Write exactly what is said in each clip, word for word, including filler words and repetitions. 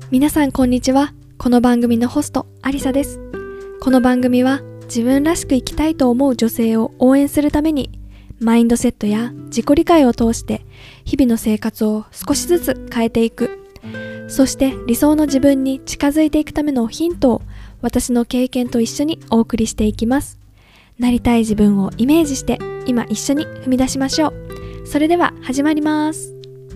皆さんこんにちは。この番組のホストアリサです。この番組は自分らしく生きたいと思う女性を応援するために、マインドセットや自己理解を通して日々の生活を少しずつ変えていく、そして理想の自分に近づいていくためのヒントを私の経験と一緒にお送りしていきます。なりたい自分をイメージして今一緒に踏み出しましょう。それでは始まります。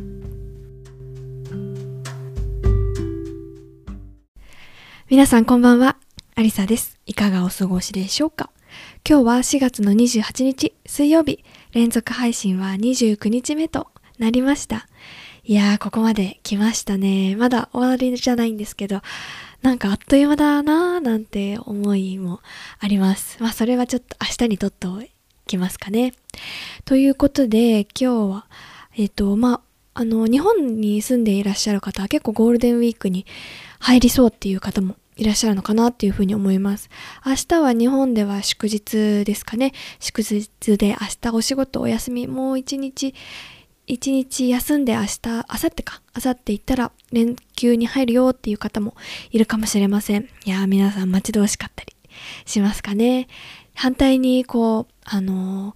皆さんこんばんは、アリサです。いかがお過ごしでしょうか。今日はしがつのにじゅうはちにち水曜日、連続配信はにじゅうくにちめとなりました。いやー、ここまで来ましたね。まだ終わりじゃないんですけど、なんかあっという間だなーなんて思いもあります。まあそれはちょっと明日にとっておきますかね。ということで今日はえっとまああの日本に住んでいらっしゃる方は結構ゴールデンウィークに入りそうっていう方もいらっしゃるのかなっていうふうに思います。明日は日本では祝日ですかね。祝日で明日お仕事お休み、もう一日一日休んで明日、明後日か、明後日行ったら連休に入るよっていう方もいるかもしれません。いやー、皆さん待ち遠しかったりしますかね。反対にこう、あのー、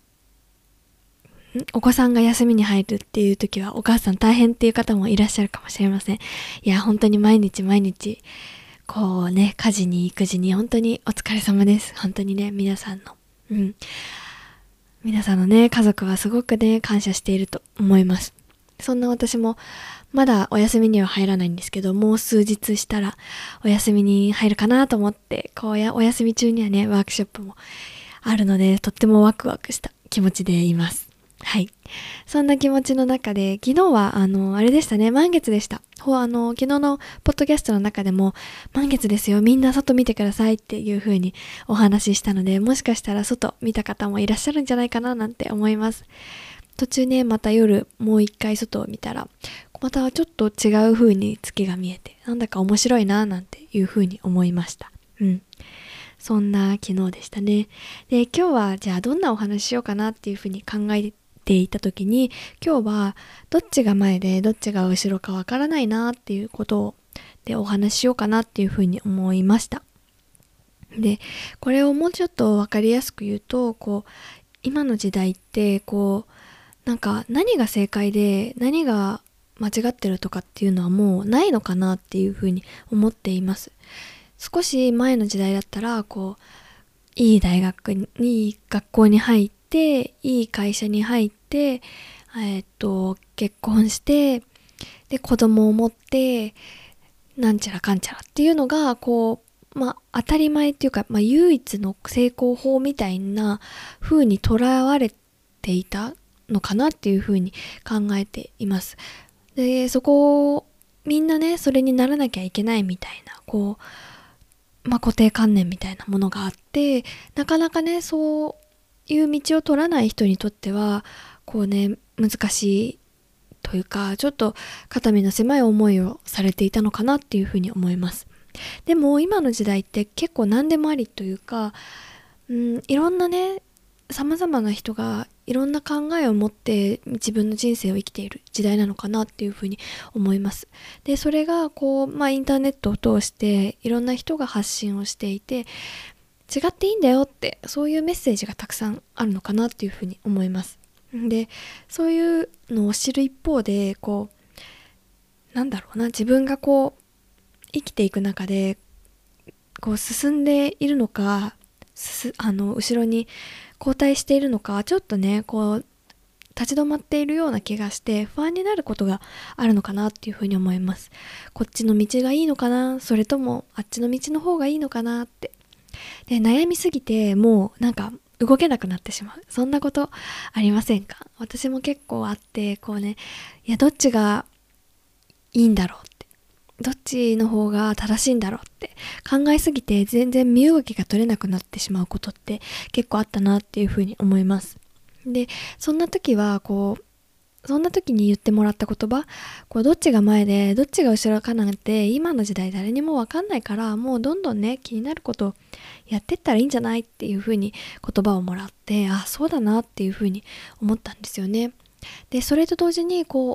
お子さんが休みに入るっていう時はお母さん大変っていう方もいらっしゃるかもしれません。いや、本当に毎日毎日、こうね、家事に育児に本当にお疲れ様です。本当にね、皆さんの。うん。皆さんのね、家族はすごくね、感謝していると思います。そんな私も、まだお休みには入らないんですけど、もう数日したらお休みに入るかなと思って、こうや、お休み中にはね、ワークショップもあるので、とってもワクワクした気持ちでいます。はい。そんな気持ちの中で、昨日は、あの、あれでしたね、満月でした。ほあの、昨日のポッドキャストの中でも、満月ですよ、みんな外見てくださいっていう風にお話ししたので、もしかしたら外見た方もいらっしゃるんじゃないかななんて思います。途中ね、また夜もう一回外を見たら、またちょっと違う風に月が見えて、なんだか面白いななんていう風に思いました。うん。そんな昨日でしたね。で、今日はじゃあどんなお話しようかなっていう風に考えていた時に、今日はどっちが前でどっちが後ろかわからないなっていうことをでお話ししようかなっていう風に思いました。で、これをもうちょっとわかりやすく言うと、こう今の時代ってこうなんか何が正解で何が間違ってるとかっていうのはもうないのかなっていう風に思っています。少し前の時代だったらこういい大学にいい学校に入っていい会社に入ってえっと結婚してで子供を持ってなんちゃらかんちゃらっていうのがこうまあ当たり前っていうか、まあ、唯一の成功法みたいな風にとらわれていたのかなっていう風に考えています。で、そこをみんなねそれにならなきゃいけないみたいなこうまあ、固定観念みたいなものがあって、なかなかねそういう道を取らない人にとってはこうね難しいというかちょっと肩身の狭い思いをされていたのかなっていうふうに思います。でも今の時代って結構何でもありというか、うん、いろんなね様々な人がいろんな考えを持って自分の人生を生きている時代なのかなっていうふうに思います。で、それがこう、まあインターネットを通していろんな人が発信をしていて、違っていいんだよってそういうメッセージがたくさんあるのかなっていうふうに思います。で、そういうのを知る一方で、こう、なんだろうな、自分がこう生きていく中でこう進んでいるのか、すあの後ろに後退しているのか、ちょっとねこう立ち止まっているような気がして不安になることがあるのかなっていうふうに思います。こっちの道がいいのかな、それともあっちの道の方がいいのかなって。で、悩みすぎてもうなんか動けなくなってしまう、そんなことありませんか？私も結構あって、こうね、いやどっちがいいんだろうって、どっちの方が正しいんだろうって考えすぎて全然身動きが取れなくなってしまうことって結構あったなっていうふうに思います。で、そんな時はこうそんな時に言ってもらった言葉、こうどっちが前でどっちが後ろかなんて今の時代誰にも分かんないから、もうどんどんね気になることをやってったらいいんじゃないっていうふうに言葉をもらって、あ、そうだなっていうふうに思ったんですよね。で、それと同時にこう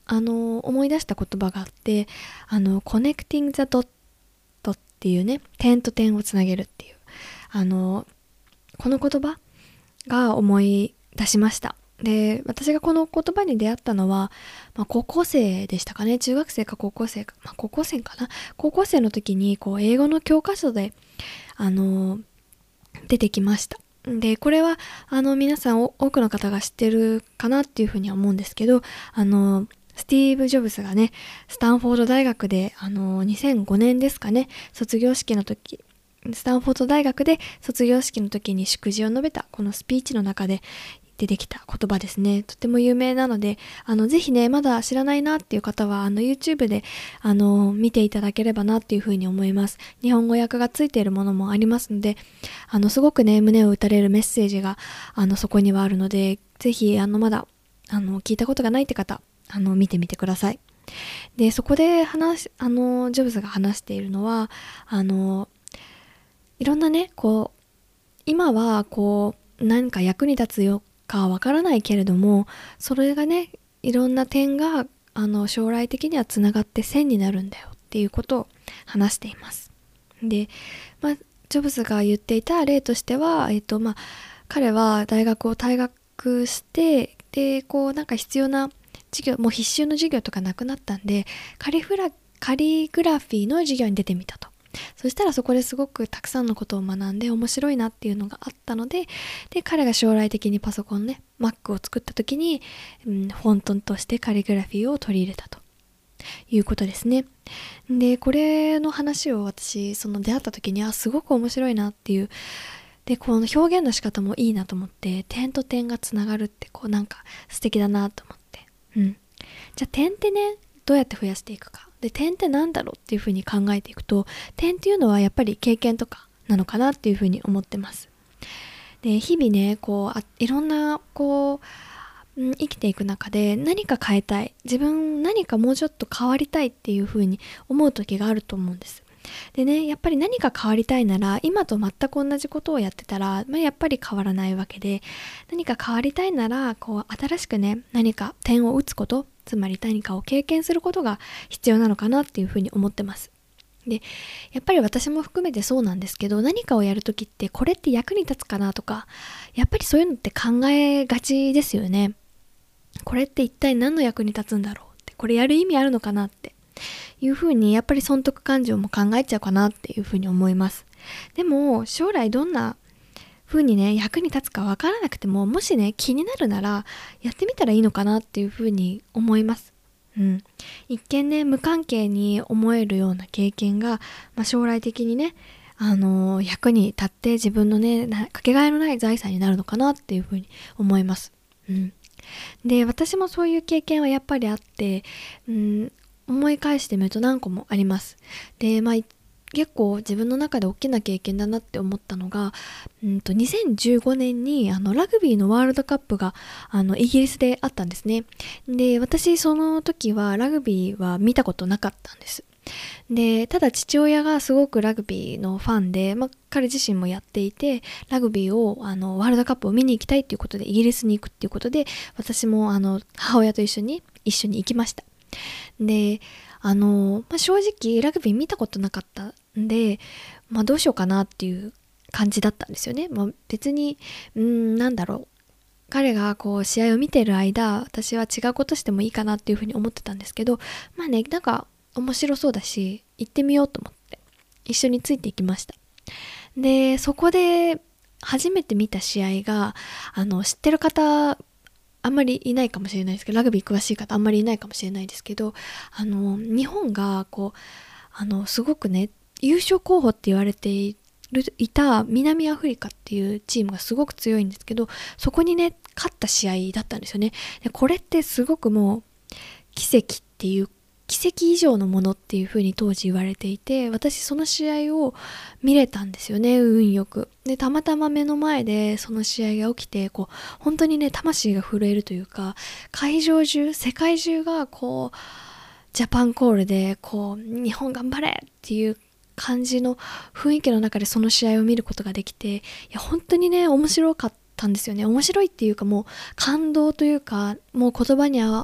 あの思い出した言葉があって、あの Connecting the dot っていうね、点と点をつなげるっていう、あのこの言葉が思い出しました。で、私がこの言葉に出会ったのは、まあ、高校生でしたかね。中学生か高校生か、まあ、高校生かな。高校生の時にこう英語の教科書であの出てきました。で、これはあの皆さん多くの方が知ってるかなっていうふうには思うんですけど、あのスティーブ・ジョブズがね、スタンフォード大学であのにせんごねんですかね、卒業式の時、スタンフォード大学で卒業式の時に祝辞を述べたこのスピーチの中で出てきた言葉ですね。とても有名なので、あのぜひね、まだ知らないなっていう方はあの YouTube であの見ていただければなっていうふうに思います。日本語訳がついているものもありますので、あのすごくね、胸を打たれるメッセージがあのそこにはあるので、ぜひあのまだあの聞いたことがないって方、あの見てみてください。で、そこで話あのジョブズが話しているのは、あのいろんなね、こう今はこう何か役に立つよかわからないけれども、それがね、いろんな点があの将来的にはつながって線になるんだよっていうことを話しています。で、まあ、ジョブズが言っていた例としては、えっとまあ、彼は大学を退学して、でこうなんか必要な授業、もう必修の授業とかなくなったんで、カリフラカリグラフィーの授業に出てみたと。そしたらそこですごくたくさんのことを学んで面白いなっていうのがあったので、で彼が将来的にパソコンね、Mac を作った時に、うん、フォントとしてカリグラフィーを取り入れたということですね。で、これの話を私その出会った時に、あ、すごく面白いなっていう、でこの表現の仕方もいいなと思って、点と点がつながるってこうなんか素敵だなと思って、うん、じゃあ点ってね、どうやって増やしていくか。で、点ってなんだろうっていうふうに考えていくと、点っていうのはやっぱり経験とかなのかなっていうふうに思ってます。で、日々ね、こう、あいろんな、こう、うん、生きていく中で何か変えたい。自分何かもうちょっと変わりたいっていうふうに思う時があると思うんです。でね、やっぱり何か変わりたいなら、今と全く同じことをやってたら、まあ、やっぱり変わらないわけで、何か変わりたいなら、こう、新しくね、何か点を打つこと、つまり何かを経験することが必要なのかなっていうふうに思ってます。で、やっぱり私も含めてそうなんですけど、何かをやるときってこれって役に立つかなとか、やっぱりそういうのって考えがちですよね。これって一体何の役に立つんだろうって、これやる意味あるのかなっていうふうに、やっぱり損得感情も考えちゃうかなっていうふうに思います。でも将来どんな風にね、役に立つかわからなくても、もしね、気になるならやってみたらいいのかなっていう風に思います。うん、一見ね、無関係に思えるような経験が、まあ、将来的にね、あのー、役に立って自分のね、かけがえのない財産になるのかなっていう風に思います。うん、で、私もそういう経験はやっぱりあって、うん、思い返してみると何個もあります。で、まあ結構自分の中で大きな経験だなって思ったのが、うんとにせんじゅうごねんにあのラグビーのワールドカップがあのイギリスであったんですね。で、私その時はラグビーは見たことなかったんです。で、ただ父親がすごくラグビーのファンで、まあ、彼自身もやっていて、ラグビーをあのワールドカップを見に行きたいっていうことでイギリスに行くっていうことで、私もあの母親と一緒に一緒に行きました。で、あの、まあ、正直ラグビー見たことなかったんで、まあ、どうしようかなっていう感じだったんですよね。まあ、別に、うーん、なんだろう。彼がこう試合を見てる間、私は違うことしてもいいかなっていうふうに思ってたんですけど、まあね、なんか面白そうだし、行ってみようと思って、一緒についていきました。で、そこで初めて見た試合が、あの、知ってる方、あんまりいないかもしれないですけど、ラグビー詳しい方あんまりいないかもしれないですけど、あの、日本がこう、あの、すごくね、優勝候補って言われている、いた南アフリカっていうチームがすごく強いんですけど、そこにね、勝った試合だったんですよね。で、これってすごくもう、奇跡っていう、奇跡以上のものっていう風に当時言われていて、私その試合を見れたんですよね、運よく。で、たまたま目の前でその試合が起きて、こう、本当にね、魂が震えるというか、会場中、世界中がこう、ジャパンコールで、こう、日本頑張れっていう感じの雰囲気の中でその試合を見ることができて、いや、本当にね、面白かったんですよね。面白いっていうかもう、感動というか、もう言葉には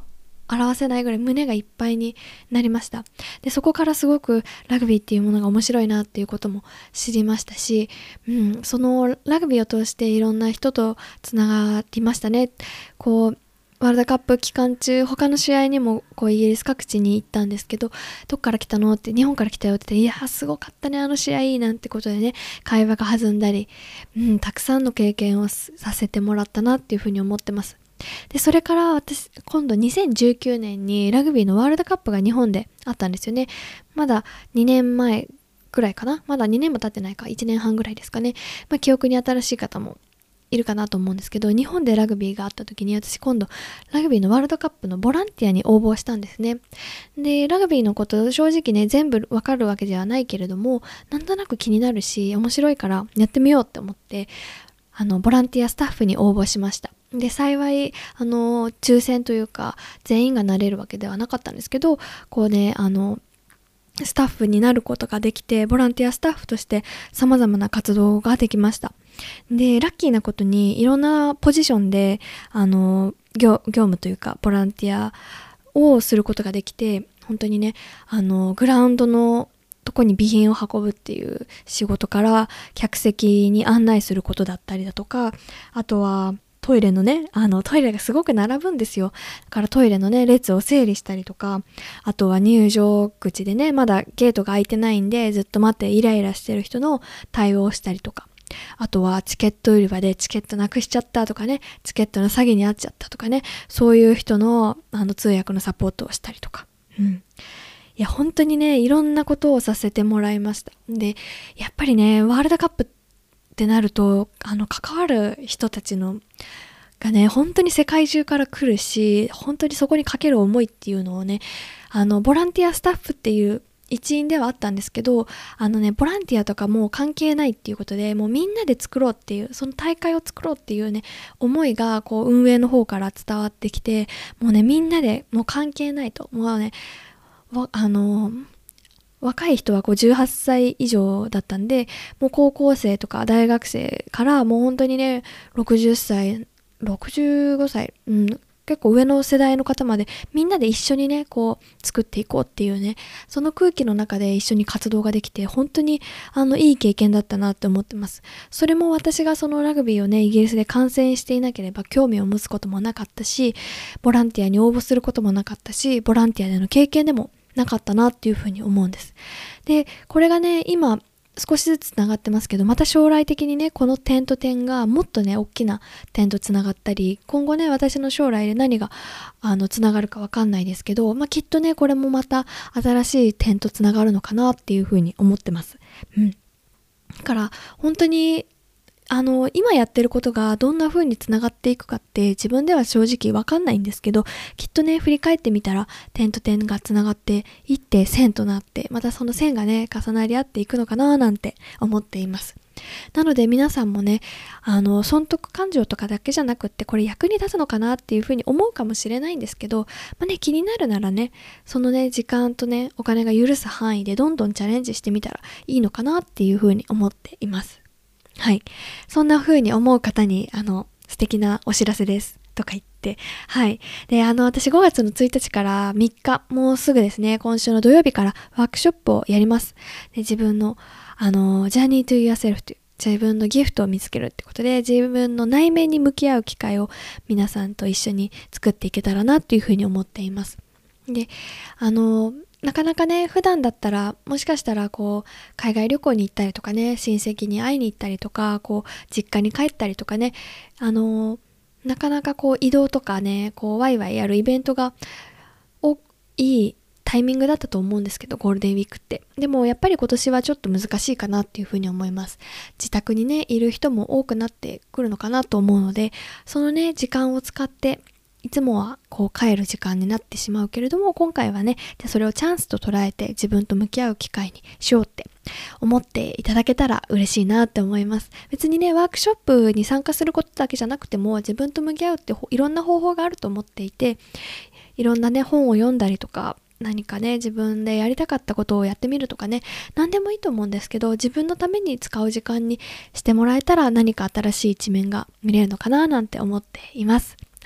表せないぐらい胸がいっぱいになりました。で、そこからすごくラグビーっていうものが面白いなっていうことも知りましたし、うん、そのラグビーを通していろんな人とつながりましたね。こうワールドカップ期間中、他の試合にもこうイギリス各地に行ったんですけど、どっから来たのって、日本から来たよって言って、いやすごかったねあの試合なんてことでね、会話が弾んだり、うん、たくさんの経験をさせてもらったなっていうふうに思ってます。で、それから私今度にせんじゅうきゅうねんにラグビーのワールドカップが日本であったんですよね。まだにねんまえくらいかな、まだにねんも経ってないか、いちねんはんぐらいですかね。まあ、記憶に新しい方もいるかなと思うんですけど、日本でラグビーがあった時に私今度ラグビーのワールドカップのボランティアに応募したんですね。で、ラグビーのこと正直ね全部わかるわけではないけれども、なんとなく気になるし面白いからやってみようって思って、あのボランティアスタッフに応募しました。で、幸いあの抽選というか全員がなれるわけではなかったんですけど、こうね、あのスタッフになることができて、ボランティアスタッフとして様々な活動ができました。で、ラッキーなことにいろんなポジションであの 業, 業務というかボランティアをすることができて、本当にね、あのグラウンドのとこに備品を運ぶっていう仕事から、客席に案内することだったりだとか、あとはトイレのね、あのトイレがすごく並ぶんですよ。だからトイレのね列を整理したりとか、あとは入場口でね、まだゲートが開いてないんでずっと待ってイライラしてる人の対応をしたりとか、あとはチケット売り場でチケットなくしちゃったとかね、チケットの詐欺に遭っちゃったとかね、そういう人のあの通訳のサポートをしたりとか、うん、いや本当にね、いろんなことをさせてもらいました。で、やっぱりね、ワールドカップってなると、あの関わる人たちのがね、本当に世界中から来るし、本当にそこにかける思いっていうのをね、あのボランティアスタッフっていう一員ではあったんですけど、あのね、ボランティアとかもう関係ないっていうことで、もうみんなで作ろうっていう、その大会を作ろうっていうね、思いがこう運営の方から伝わってきて、もうね、みんなでもう関係ないと、もうね、わあの若い人はこうじゅうはっさい以上だったんで、もう高校生とか大学生からもう本当にね、ろくじゅっさい、ろくじゅうごさい、うん、結構上の世代の方までみんなで一緒にね、こう作っていこうっていうね、その空気の中で一緒に活動ができて、本当にあのいい経験だったなって思ってます。それも私がそのラグビーをね、イギリスで観戦していなければ興味を持つこともなかったし、ボランティアに応募することもなかったし、ボランティアでの経験でもなかったなっていうふうに思うんです。で、これがね、今少しずつつながってますけど、また将来的にね、この点と点がもっとね、大きな点とつながったり、今後ね、私の将来で何があのつながるかわかんないですけど、まあ、きっとね、これもまた新しい点とつながるのかなっていうふうに思ってます。うん。だから本当にあの今やってることがどんな風につながっていくかって自分では正直わかんないんですけど、きっとね、振り返ってみたら点と点がつながっていって線となって、またその線がね重なり合っていくのかななんて思っています。なので皆さんもね、あの損得感情とかだけじゃなくって、これ役に立つのかなっていう風に思うかもしれないんですけど、まあね、気になるならね、そのね時間とねお金が許す範囲でどんどんチャレンジしてみたらいいのかなっていう風に思っています。はい。そんな風に思う方に、あの、素敵なお知らせです。とか言って。はい。で、あの、私ごがつのついたちからみっか、もうすぐですね、今週の土曜日からワークショップをやります。で、自分の、あの、Journey to Yourself という、自分のギフトを見つけるってことで、自分の内面に向き合う機会を皆さんと一緒に作っていけたらなという風に思っています。で、あの、なかなかね、普段だったらもしかしたらこう海外旅行に行ったりとかね、親戚に会いに行ったりとか、こう実家に帰ったりとかね、あのなかなかこう移動とかね、こうワイワイやるイベントがおいいタイミングだったと思うんですけど、ゴールデンウィークって。でもやっぱり今年はちょっと難しいかなっていうふうに思います。自宅にねいる人も多くなってくるのかなと思うので、そのね時間を使っていつもはこう帰る時間になってしまうけれども、今回はね、じゃそれをチャンスと捉えて自分と向き合う機会にしようって思っていただけたら嬉しいなって思います。別にね、ワークショップに参加することだけじゃなくても、自分と向き合うっていろんな方法があると思っていて、いろんなね本を読んだりとか、何かね自分でやりたかったことをやってみるとかね、何でもいいと思うんですけど、自分のために使う時間にしてもらえたら、何か新しい一面が見れるのかななんて思っています。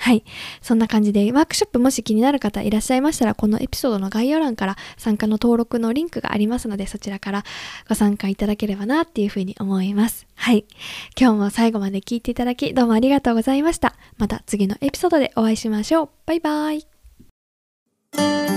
はい。そんな感じで、ワークショップもし気になる方いらっしゃいましたら、このエピソードの概要欄から参加の登録のリンクがありますので、そちらからご参加いただければなっていうふうに思います。はい。今日も最後まで聞いていただき、どうもありがとうございました。また次のエピソードでお会いしましょう。バイバイ。